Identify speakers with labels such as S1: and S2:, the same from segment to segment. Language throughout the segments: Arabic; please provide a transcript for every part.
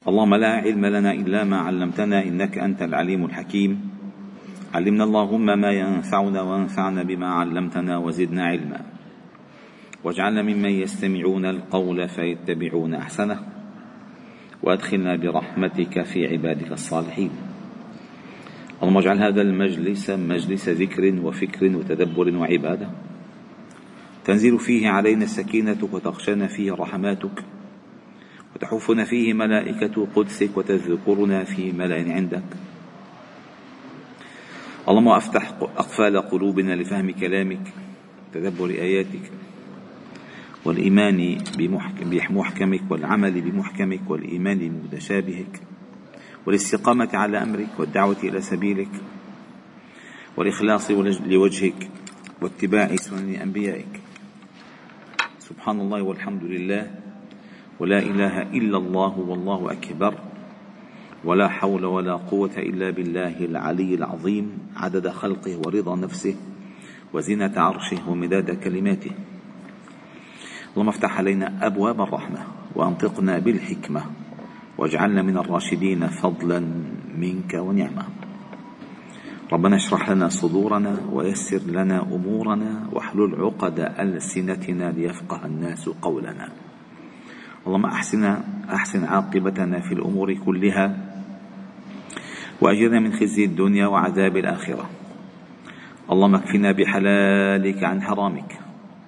S1: اللهم لا علم لنا إلا ما علمتنا إنك أنت العليم الحكيم. علمنا اللهم ما ينفعنا وانفعنا بما علمتنا وزدنا علما، واجعلنا ممن يستمعون القول فيتبعون أحسنه، وأدخلنا برحمتك في عبادك الصالحين. اللهم اجعل هذا المجلس مجلس ذكر وفكر وتدبر وعبادة تنزل فيه علينا سكينتك وتغشانا فيه رحماتك وتحفنا فيه ملائكة قدسك وتذكرنا في ملأ عندك. اللهم افتح أقفال قلوبنا لفهم كلامك وتدبر آياتك والإيمان بمحكمك والعمل بمحكمك والإيمان بمتشابهك والاستقامة على أمرك والدعوة إلى سبيلك والإخلاص لوجهك واتباع سنن أنبيائك. سبحان الله والحمد لله ولا إله إلا الله والله أكبر ولا حول ولا قوة إلا بالله العلي العظيم، عدد خلقه ورضا نفسه وزنة عرشه ومداد كلماته. اللهم افتح علينا أبواب الرحمة وأنطقنا بالحكمة واجعلنا من الراشدين فضلا منك ونعمة. ربنا اشرح لنا صدورنا ويسر لنا أمورنا واحلل عقد ألسنتنا ليفقه الناس قولنا. اللهم أحسن عاقبتنا في الأمور كلها وأجرنا من خزي الدنيا وعذاب الآخرة. اللهم اكفنا بحلالك عن حرامك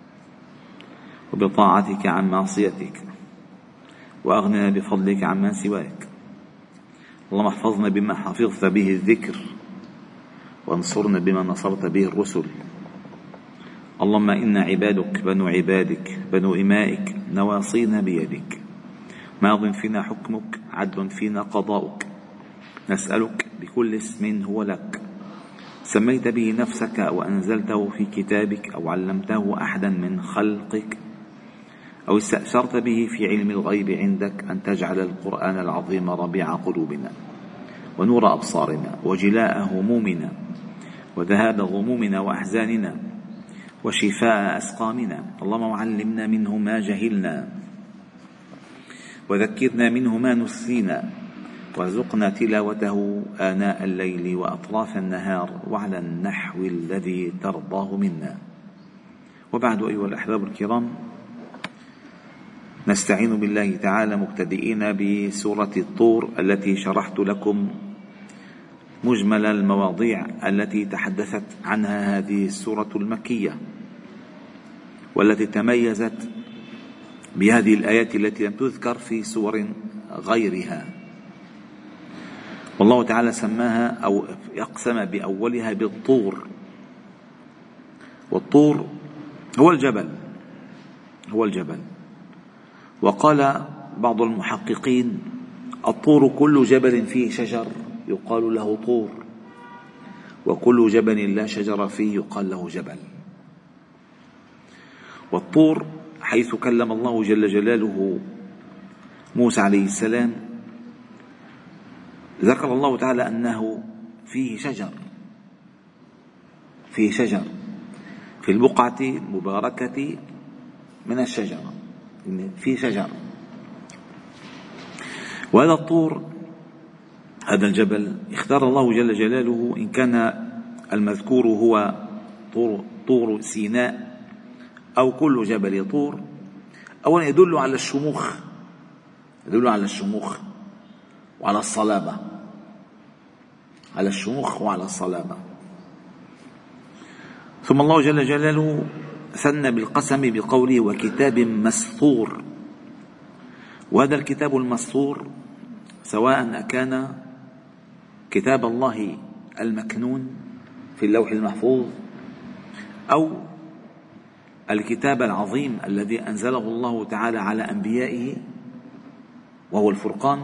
S1: وبطاعتك عن معصيتك وأغننا بفضلك عمن سواك. اللهم احفظنا بما حفظت به الذكر وانصرنا بما نصرت به الرسل. اللهم إنا عبادك بنو عبادك بنو إمائك نواصينا بيدك، ماض فينا حكمك عدل فينا قضاؤك. نسألك بكل اسم هو لك سميت به نفسك وأنزلته في كتابك أو علمته أحدا من خلقك أو استأثرت به في علم الغيب عندك أن تجعل القرآن العظيم ربيع قلوبنا ونور أبصارنا وجلاء همومنا وذهاب غمومنا وأحزاننا وشفاء أسقامنا. اللهم علمنا منه ما جهلنا وذكرنا منه ما نسينا وارزقنا تلاوته آناء الليل وأطراف النهار وعلى النحو الذي ترضاه منا. وبعد، أيها الأحباب الكرام، نستعين بالله تعالى مبتدئين بسورة الطور التي شرحت لكم مجمل المواضيع التي تحدثت عنها هذه السورة المكية، والتي تميزت بهذه الآيات التي لم تذكر في سور غيرها. والله تعالى سماها أو أقسم بأولها بالطور، والطور هو الجبل. وقال بعض المحققين: الطور كل جبل فيه شجر يقال له طور، وكل جبل لا شجر فيه يقال له جبل. والطور حيث كلم الله جل جلاله موسى عليه السلام ذكر الله تعالى أنه فيه شجر في البقعة المباركة من الشجرة، في شجر. وهذا الطور، هذا الجبل، اختار الله جل جلاله، إن كان المذكور هو طور سيناء أو كل جبل طور، أولا يدل على الشموخ وعلى الصلابة، ثم الله جل جلاله ثنى بالقسم بقوله: وكتاب مسطور. وهذا الكتاب المسطور سواء أكان كتاب الله المكنون في اللوح المحفوظ أو الكتاب العظيم الذي أنزله الله تعالى على أنبيائه وهو الفرقان،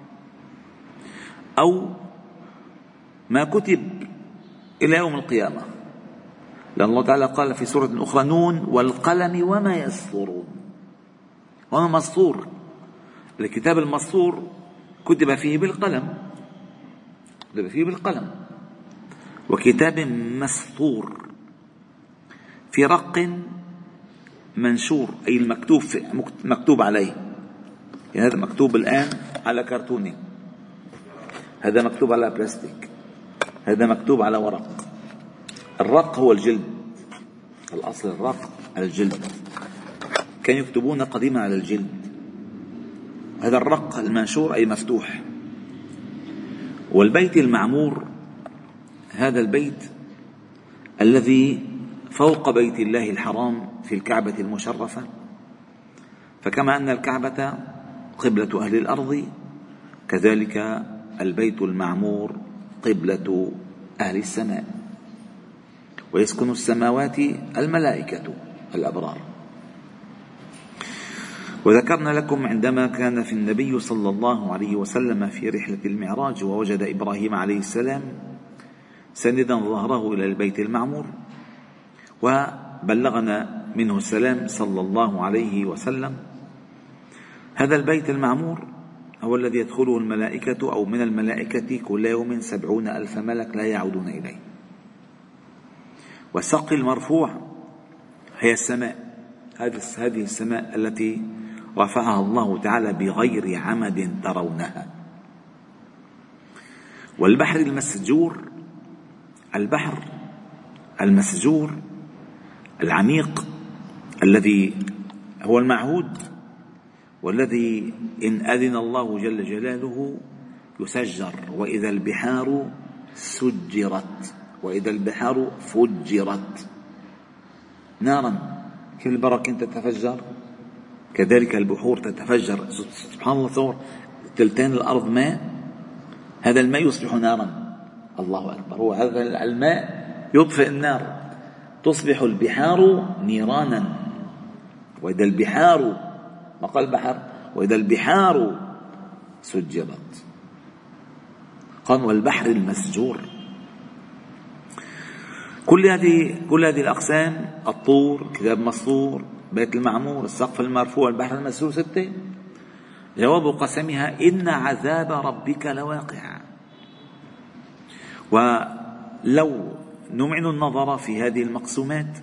S1: أو ما كتب إلى يوم القيامة، لأن الله تعالى قال في سورة أخرى: نون والقلم وما يسطرون. وما مسطور؟ الكتاب المسطور كتب فيه بالقلم، وكتاب مسطور في رق منشور، أي المكتوب عليه. يعني هذا مكتوب الآن على كرتونة، هذا مكتوب على بلاستيك، هذا مكتوب على ورق. الرق هو الجلد، الأصل الرق الجلد، كانوا يكتبون قديما على الجلد. هذا الرق المنشور أي مفتوح. والبيت المعمور هذا البيت الذي فوق بيت الله الحرام في الكعبة المشرفة، فكما أن الكعبة قبلة أهل الأرض كذلك البيت المعمور قبلة أهل السماء، ويسكن السماوات الملائكة الأبرار. وذكرنا لكم عندما كان في النبي صلى الله عليه وسلم في رحلة المعراج ووجد إبراهيم عليه السلام سندا ظهره إلى البيت المعمور، وبلغنا منه السلام صلى الله عليه وسلم. هذا البيت المعمور هو الذي يدخله الملائكة أو من الملائكة كل يوم 70,000 ملك لا يعودون إليه. والسقف المرفوع هي السماء، هذه السماء التي رفعها الله تعالى بغير عمد ترونها. والبحر المسجور، البحر المسجور العميق الذي هو المعهود، والذي إن أذن الله جل جلاله يسجر. وإذا البحار سجرت، وإذا البحار فجرت نارا، كيف البراكين تتفجر كذلك البحور تتفجر. سبحان الله، تصور تلتين الأرض ماء، هذا الماء يصبح نارا. الله أكبر، هو هذا الماء يطفئ النار، تصبح البحار نيرانا. وإذا البحار، ما قال البحر، وإذا البحار سجرت. قال والبحر المسجور. كل هذه الأقسام، الطور، كتاب مسطور، بيت المعمور، السقف المرفوع، البحر المسجور، 6. جواب قسمها إن عذاب ربك لواقع. ولو نمعن النظر في هذه المقسومات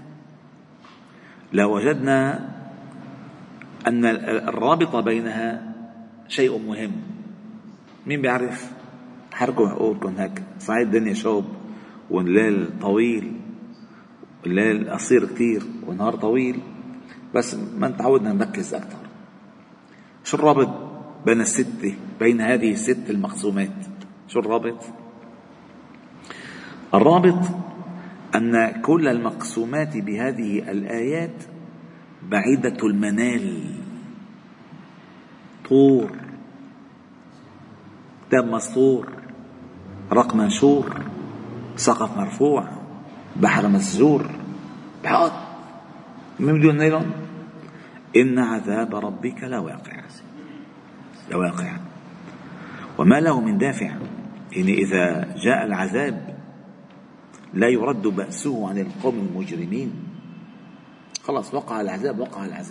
S1: لوجدنا أن الرابط بينها شيء مهم. مين بيعرف؟ حركوا عقولكم هيك، صحيح الدنيا شوب والليل طويل، الليل قصير كتير والنهار طويل، بس ما نتعودنا نركز أكثر. شو الرابط بين الستة، بين هذه الست المقسومات؟ شو الرابط؟ الرابط أن كل المقسومات بهذه الآيات بعيدة المنال. طور، كتاب مسطور، رق منشور، سقف مرفوع، بحر مسجور، بحاط من بدون نيلون. إن عذاب ربك لواقع وما له من دافع. يعني إذا جاء العذاب لا يرد بأسه عن القوم المجرمين. خلاص وقع العذاب.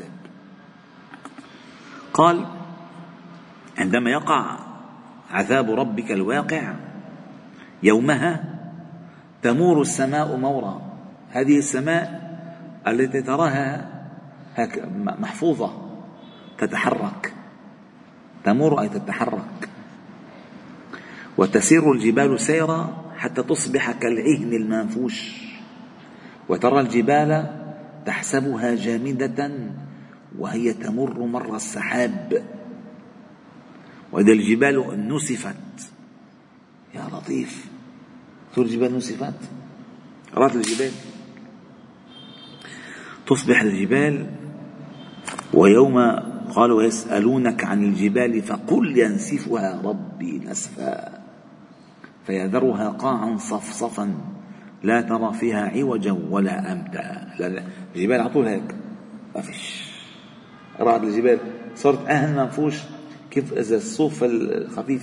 S1: قال عندما يقع عذاب ربك الواقع يومها تمور السماء مورا. هذه السماء التي تراها محفوظة تتحرك، تمور أي تتحرك. وتسير الجبال سيرا حتى تصبح كالعهن المنفوش، وترى الجبال تحسبها جامدة وهي تمر مر السحاب. وإذا الجبال نسفت، يا لطيف، شو الجبال نسفت؟ رأت الجبال، تصبح الجبال. ويوم قالوا يسألونك عن الجبال فقل ينسفها ربي نسفا فيذرها قاعا صفصفا لا ترى فيها عوجا ولا أمتا. لا الجبال على طول هيك، ما فيش. رأت الجبال صارت أهل منفوش، كيف إذا الصوف الخفيف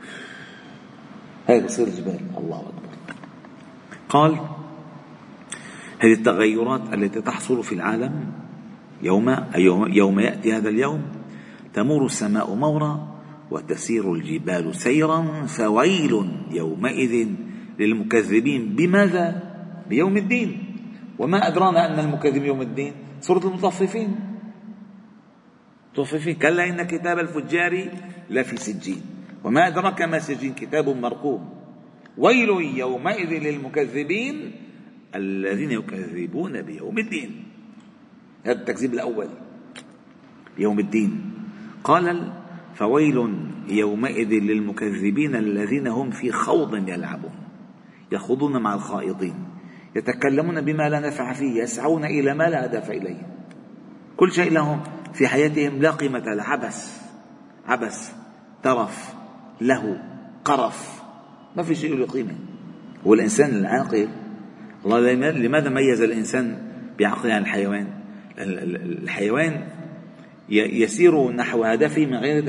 S1: هيك بصير الجبال. الله أكبر. قال هذه التغيرات التي تحصل في العالم يوم يأتي هذا اليوم تمور السماء مورا وتسير الجبال سيرا فويل يومئذ للمكذبين. بماذا؟ بيوم الدين. وما أدرانا أن المكذب يوم الدين؟ سورة المطففين. مطففين. كلا إن كتاب الفجار لفي سجين وما أدراك ما سجين كتاب مرقوم ويل يومئذ للمكذبين الذين يكذبون بيوم الدين. هذا التكذيب الأول بيوم الدين. قال فويل يومئذ للمكذبين الذين هم في خوض يلعبون، يخوضون مع الخائضين، يتكلمون بما لا نفع فيه، يسعون إلى ما لا هدف إليه، كل شيء لهم في حياتهم لا قيمة له، عبث ترف له قرف، ما في شيء له قيمة. هو الإنسان العاقل، الله لماذا ميز الإنسان بعقله عن الحيوان؟ الحيوان يسير نحو هدفه من غير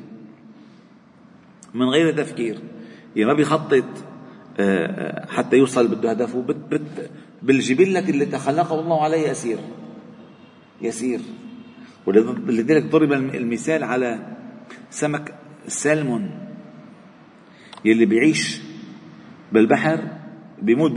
S1: تفكير، يعني ما بيخطط حتى يوصل بده هدفه، بالجبلة التي خلقه الله عليه يسير. ولذلك ضرب المثال على سمك السلمون يلي بيعيش بالبحر بيموت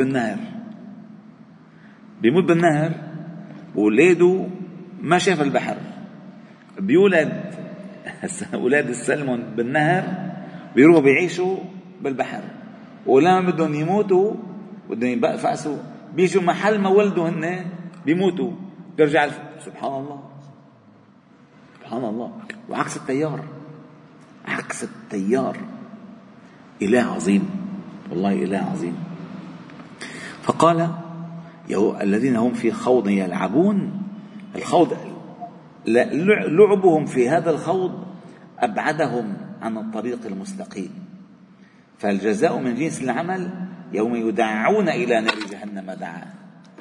S1: بالنهر وولاده ما شاف البحر، بيولد أولاد السلمون بالنهر بيروحوا بيعيشوا بالبحر، ولما بدهم يموتوا بدهم يفقسوا بيجوا محل ما ولدوا هن بيموتوا، بيرجع سبحان الله. وعكس التيار إله عظيم، والله إله عظيم. فقال الذين هم في خوض يلعبون، الخوض لعبهم في هذا الخوض أبعدهم عن الطريق المستقيم. فالجزاء من جنس العمل يوم يدعون إلى نار جهنم دعا.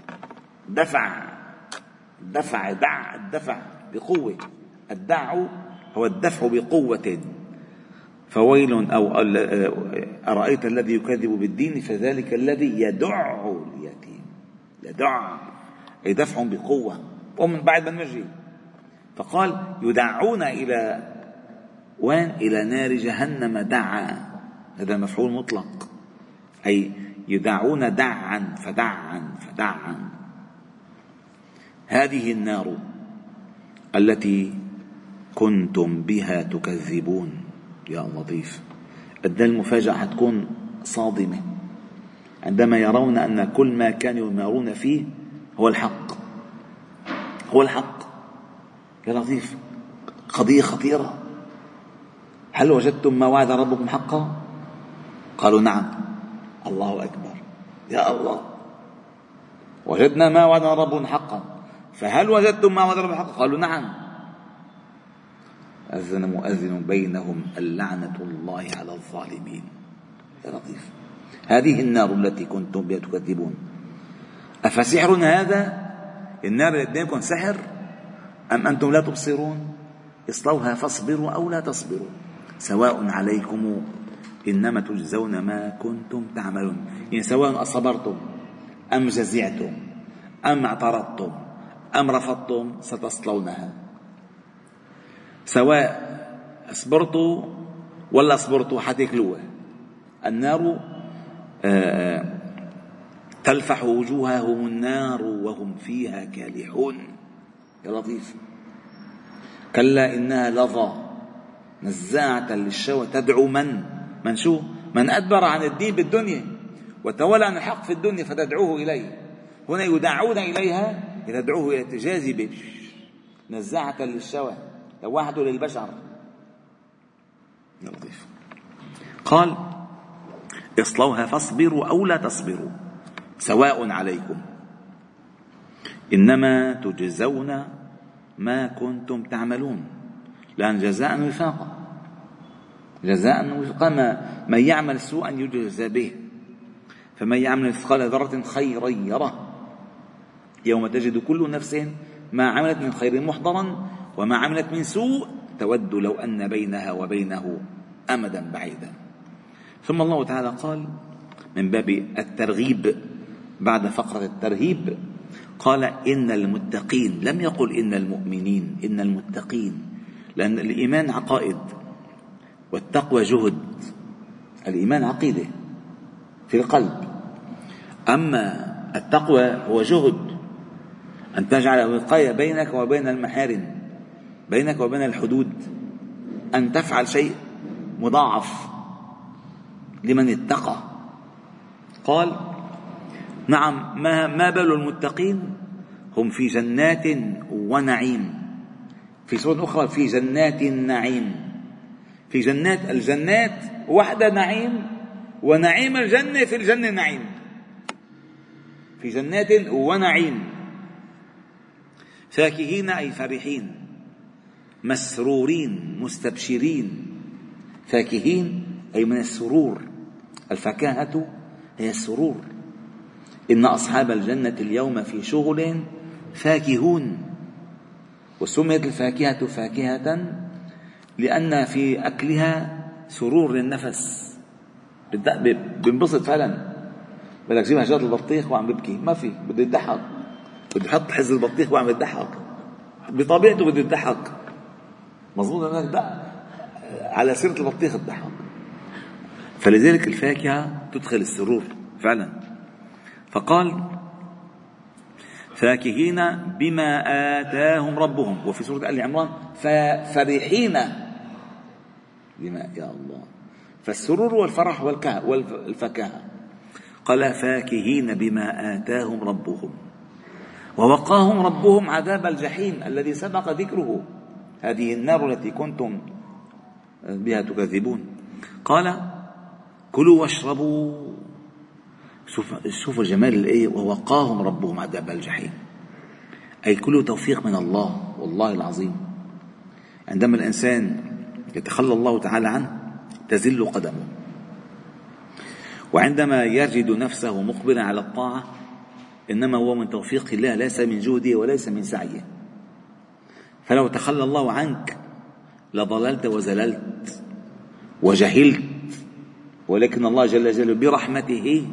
S1: الدفع بقوة، الدع هو الدفع بقوة. فويل أو أرأيت الذي يكذب بالدين فذلك الذي يدع اليتيم، يدع أي دفع بقوة ومن بعد ما نجي. فقال يدعون إلى وين؟ إلى نار جهنم دعا، هذا مفعول مطلق، أي يدعون دعا فدعا. هذه النار التي كنتم بها تكذبون. يا لطيف، قد المفاجأة حتكون صادمة عندما يرون أن كل ما كانوا يمارون فيه هو الحق. يا لطيف، قضية خطيرة. هل وجدتم ما وعد ربكم حقا؟ قالوا نعم. الله أكبر، يا الله، وجدنا ما وعدنا ربنا حقا. فهل وجدتم ما وعد ربكم حقا؟ قالوا نعم. أذن مؤذن بينهم اللعنة الله على الظالمين. يا لطيف، هذه النار التي كنتم بها تكذبون. أفسحر هذا؟ النار اللي قدامكم سحر أم أنتم لا تبصرون؟ اصلوها فاصبروا أو لا تصبروا سواء عليكم إنما تجزون ما كنتم تعملون. يعني سواء أصبرتم أم جزعتم أم اعترضتم أم رفضتم ستصلونها. سواء أصبرتوا ولا أصبرتوا حتاكلوها. النار تلفح وجوههم النار وهم فيها كالحون. يا لطيف، كلا إنها لظى نزاعة للشوى تدعو من أدبر عن الدين بالدنيا وتولى عن الحق في الدنيا فتدعوه إليه. هنا يدعون إليها يدعوه إلى التجاذب. نزاعة للشوى لوحده للبشر. يا لطيف، قال اصلوها فاصبروا أو لا تصبروا سواء عليكم إنما تجزون ما كنتم تعملون. لأن جزاء وفاقا، من يعمل سوءا يجزى به، فمن يعمل مثقال ذرة خيرا يره يوم تجد كل نفس ما عملت من خير محضرا وما عملت من سوء تود لو أن بينها وبينه أمدا بعيدا. ثم الله تعالى قال من باب الترغيب بعد فقرة الترهيب، قال إن المتقين، لم يقل إن المؤمنين، إن المتقين، لأن الإيمان عقائد والتقوى جهد. الإيمان عقيدة في القلب، أما التقوى هو جهد، أن تجعل وقاية بينك وبين المحارم، بينك وبين الحدود أن تفعل شيء مضاعف لمن اتقى. قال نعم، ما بال المتقين هم في جنات ونعيم. في سورة أخرى في جنات النعيم، في جنات، الجنات وحدة نعيم، ونعيم الجنة في الجنة نعيم، في جنات ونعيم. فاكهين أي فرحين، مسرورين مستبشرين. فاكهين أي من السرور، الفكاهة هي السرور. إن أصحاب الجنة اليوم في شغل فاكهون. وسميت الفاكهة فاكهة لأن في أكلها سرور للنفس، بنبسط فعلا. بدك تجيب هجرة البطيخ وعم ببكي، ما في، بده يضحك، بده يحط حز البطيخ وعم يضحك، بطبيعته بده يضحك. مظبوط انك على سيرة البطيخ تضحك. فلذلك الفاكهة تدخل السرور فعلا. فقال فاكهين بما آتاهم ربهم. وفي سورة آل عمران فرحين بما، يا الله، فالسرور والفرح والفكاهة. قال فاكهين بما آتاهم ربهم ووقاهم ربهم عذاب الجحيم الذي سبق ذكره، هذه النار التي كنتم بها تكذبون. قال كلوا واشربوا. شوفوا جمال الآية، ووقاهم ربهم عذاب الجحيم، أي كله توفيق من الله، والله العظيم. عندما الإنسان يتخلى الله تعالى عنه تزل قدمه، وعندما يجد نفسه مقبلا على الطاعة إنما هو من توفيق الله، ليس من جهده وليس من سعيه. فلو تخلى الله عنك لضللت وزللت وجهلت، ولكن الله جل جلاله برحمته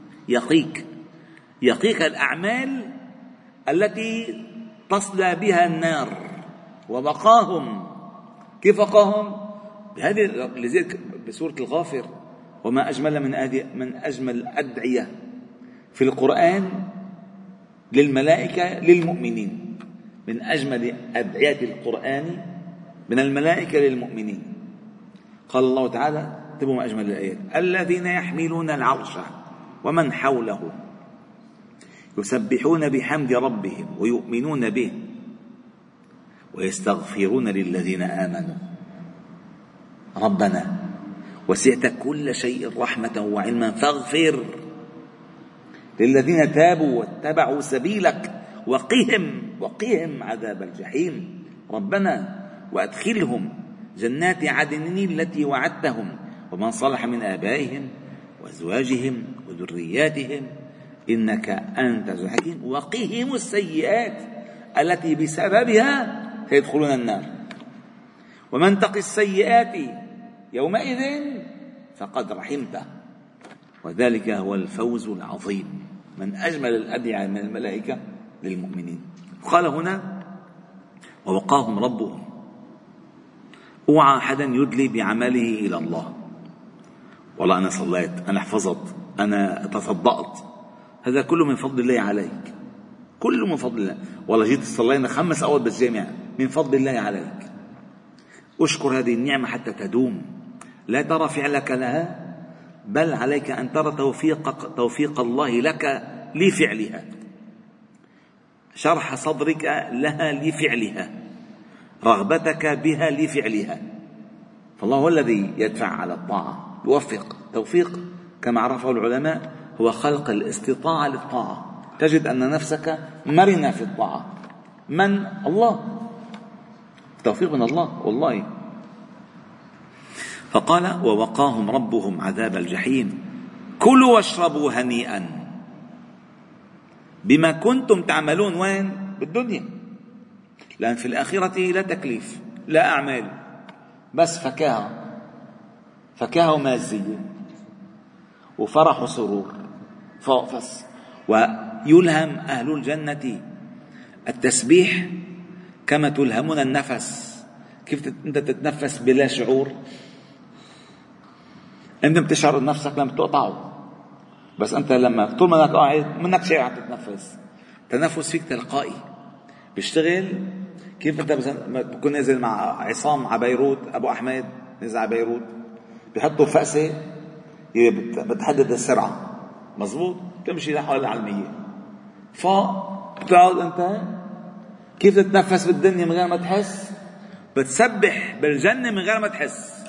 S1: يقيك الأعمال التي تصلى بها النار. وبقاهم، كيف وقاهم؟ بهذه، لذلك بسورة الغافر وما أجمل من أجمل الأدعية في القرآن للملائكة للمؤمنين، من أجمل أدعية القرآن من الملائكة للمؤمنين. قال الله تعالى، تبوا ما أجمل الآيات، الذين يحملون العرش ومن حوله يسبحون بحمد ربهم ويؤمنون به ويستغفرون للذين آمنوا ربنا وسعت كل شيء رحمة وعلما فاغفر للذين تابوا واتبعوا سبيلك وقهم عذاب الجحيم ربنا وأدخلهم جنات عدن التي وعدتهم ومن صلح من آبائهم وأزواجهم وذرياتهم إنك أنت الحكيم وقهم السيئات التي بسببها سيدخلون النار ومن تق السيئات يومئذ فقد رحمته وذلك هو الفوز العظيم. من أجمل الأدعية من الملائكة للمؤمنين. قال هنا ووقاهم ربهم. اوعى حدا يدلي بعمله إلى الله، والله أنا صليت، أنا حفظت، أنا تصدقت، هذا كله من فضل الله عليك، كله من فضل الله. والله جيت صلينا 5 أوقات بالجامعة، من فضل الله عليك. أشكر هذه النعمة حتى تدوم، لا ترى فعلك لها، بل عليك أن ترى توفيق الله لك لفعلها، شرح صدرك لها لفعلها، رغبتك بها لفعلها. فالله هو الذي يدفع على الطاعة، يوفق. توفيق كما عرفه العلماء هو خلق الاستطاعة للطاعة. تجد أن نفسك مرنة في الطاعة، من الله، توفيق من الله والله. فقال ووقاهم ربهم عذاب الجحيم كلوا واشربوا هنيئا بما كنتم تعملون. وين؟ بالدنيا، لأن في الآخرة لا تكليف لا أعمال، بس فكاهة ومازية وفرح وسرور فوقفص. ويلهم أهل الجنة التسبيح كما تلهمون النفس. كيف أنت تتنفس بلا شعور؟ أنت بتشعر نفسك لما تقطعه، بس أنت لما طول ما أنك قاعد منك شيء عم تتنفس. تنفس فيك تلقائي، بيشتغل كيف انت مثلا بكون نازل مع عصام على بيروت، ابو احمد نازل على بيروت، بيحطوا فأسة بتحدد السرعة، مزبوط، تمشي لحوالي على 100. فبتقعد انت كيف تتنفس بالدنيا من غير ما تحس؟ بتسبح بالجنة من غير ما تحس.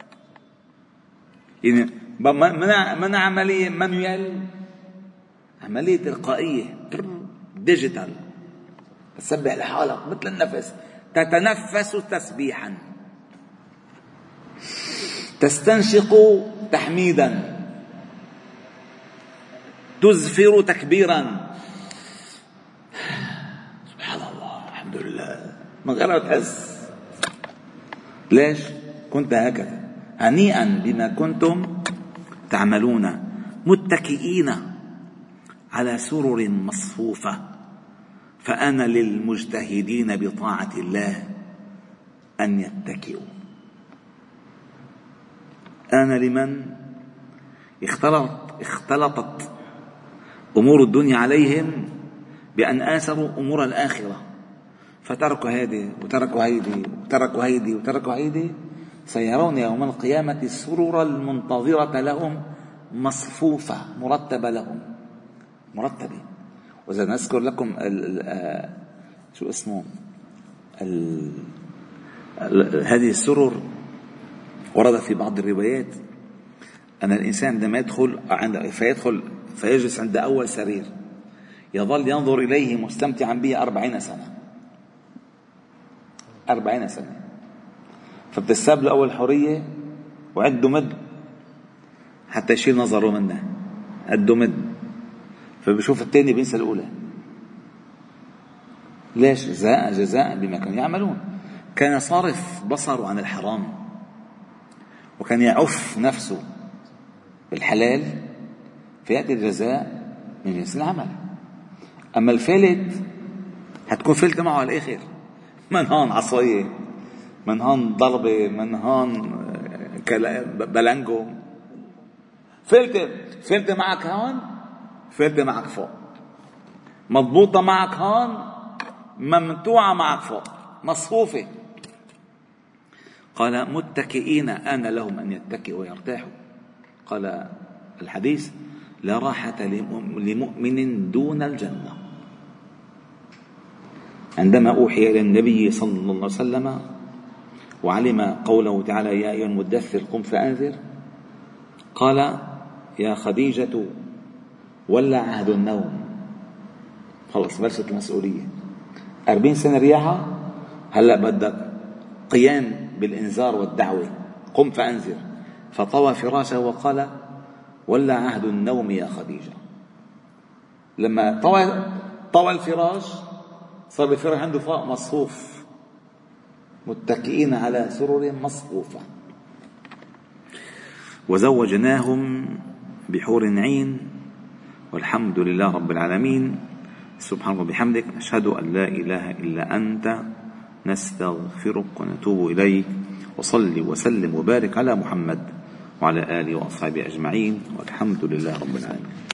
S1: يعني من عملية مانويال، عملية تلقائية ديجيتال، تسبح لحالك مثل النفس، تتنفس تسبيحا، تستنشق تحميدا، تزفر تكبيرا. سبحان الله، الحمد لله، من غير ما تحس. ليش؟ كنت هكذا، هنيئا بما كنتم تعملون، متكئين على سرر مصفوفة، فأنا للمجتهدين بطاعة الله أن يتكئوا. أنا لمن اختلطت أمور الدنيا عليهم بأن آثروا أمور الآخرة، فتركوا هذه وتركوا هيدي وتركوا هيدي وتركوا هيدي، سيرون يوم القيامة السرر المنتظرة لهم مصفوفة مرتبة لهم، مرتبة. وإذا نذكر لكم شو اسمه هذه السرر، ورد في بعض الروايات أن الإنسان عندما فيجلس عند أول سرير يظل ينظر إليه مستمتعا به 40 سنة، 40 سنة، فبتساب له أول حرية وعده مد حتى يشيل نظره منه، عده مد، فبشوف الثاني بينسى الأولى. ليش؟ جزاء بما كانوا يعملون. كان صارف بصره عن الحرام، وكان يعف نفسه بالحلال، فيأتي الجزاء من جنس العمل. أما الفلت هتكون فلتة معه على الآخر، من هون عصاية، من هون ضربة، من هون بلنجو، فلتة معك هون، فلتة معك فوق، مضبوطة معك هون، ممتوعة معك فوق، مصفوفة. قال متكئين آن لهم أن يتكئوا ويرتاحوا. قال الحديث لا راحة لمؤمن دون الجنة. عندما أوحي إلى النبي صلى الله عليه وسلم وعلم قوله تعالى يا أيها المدثر قم فأنذر، قال يا خديجة ولا عهد النوم، خلص بلشت المسؤولية، 40 سنة رياحة، هلأ بدك قيام بالإنذار والدعوة، قم فأنذر. فطوى فراشه وقال ولا عهد النوم يا خديجة. لما طوى الفراش صار الفراش عنده فوق مصفوف، متكئين على سرر مصفوفة. وزوجناهم بحور عين، والحمد لله رب العالمين. سبحانك وبحمدك، نشهد أن لا إله إلا أنت، نستغفرك ونتوب إليك. وصلي وسلم وبارك على محمد وعلى آله وأصحابه أجمعين، والحمد لله رب العالمين.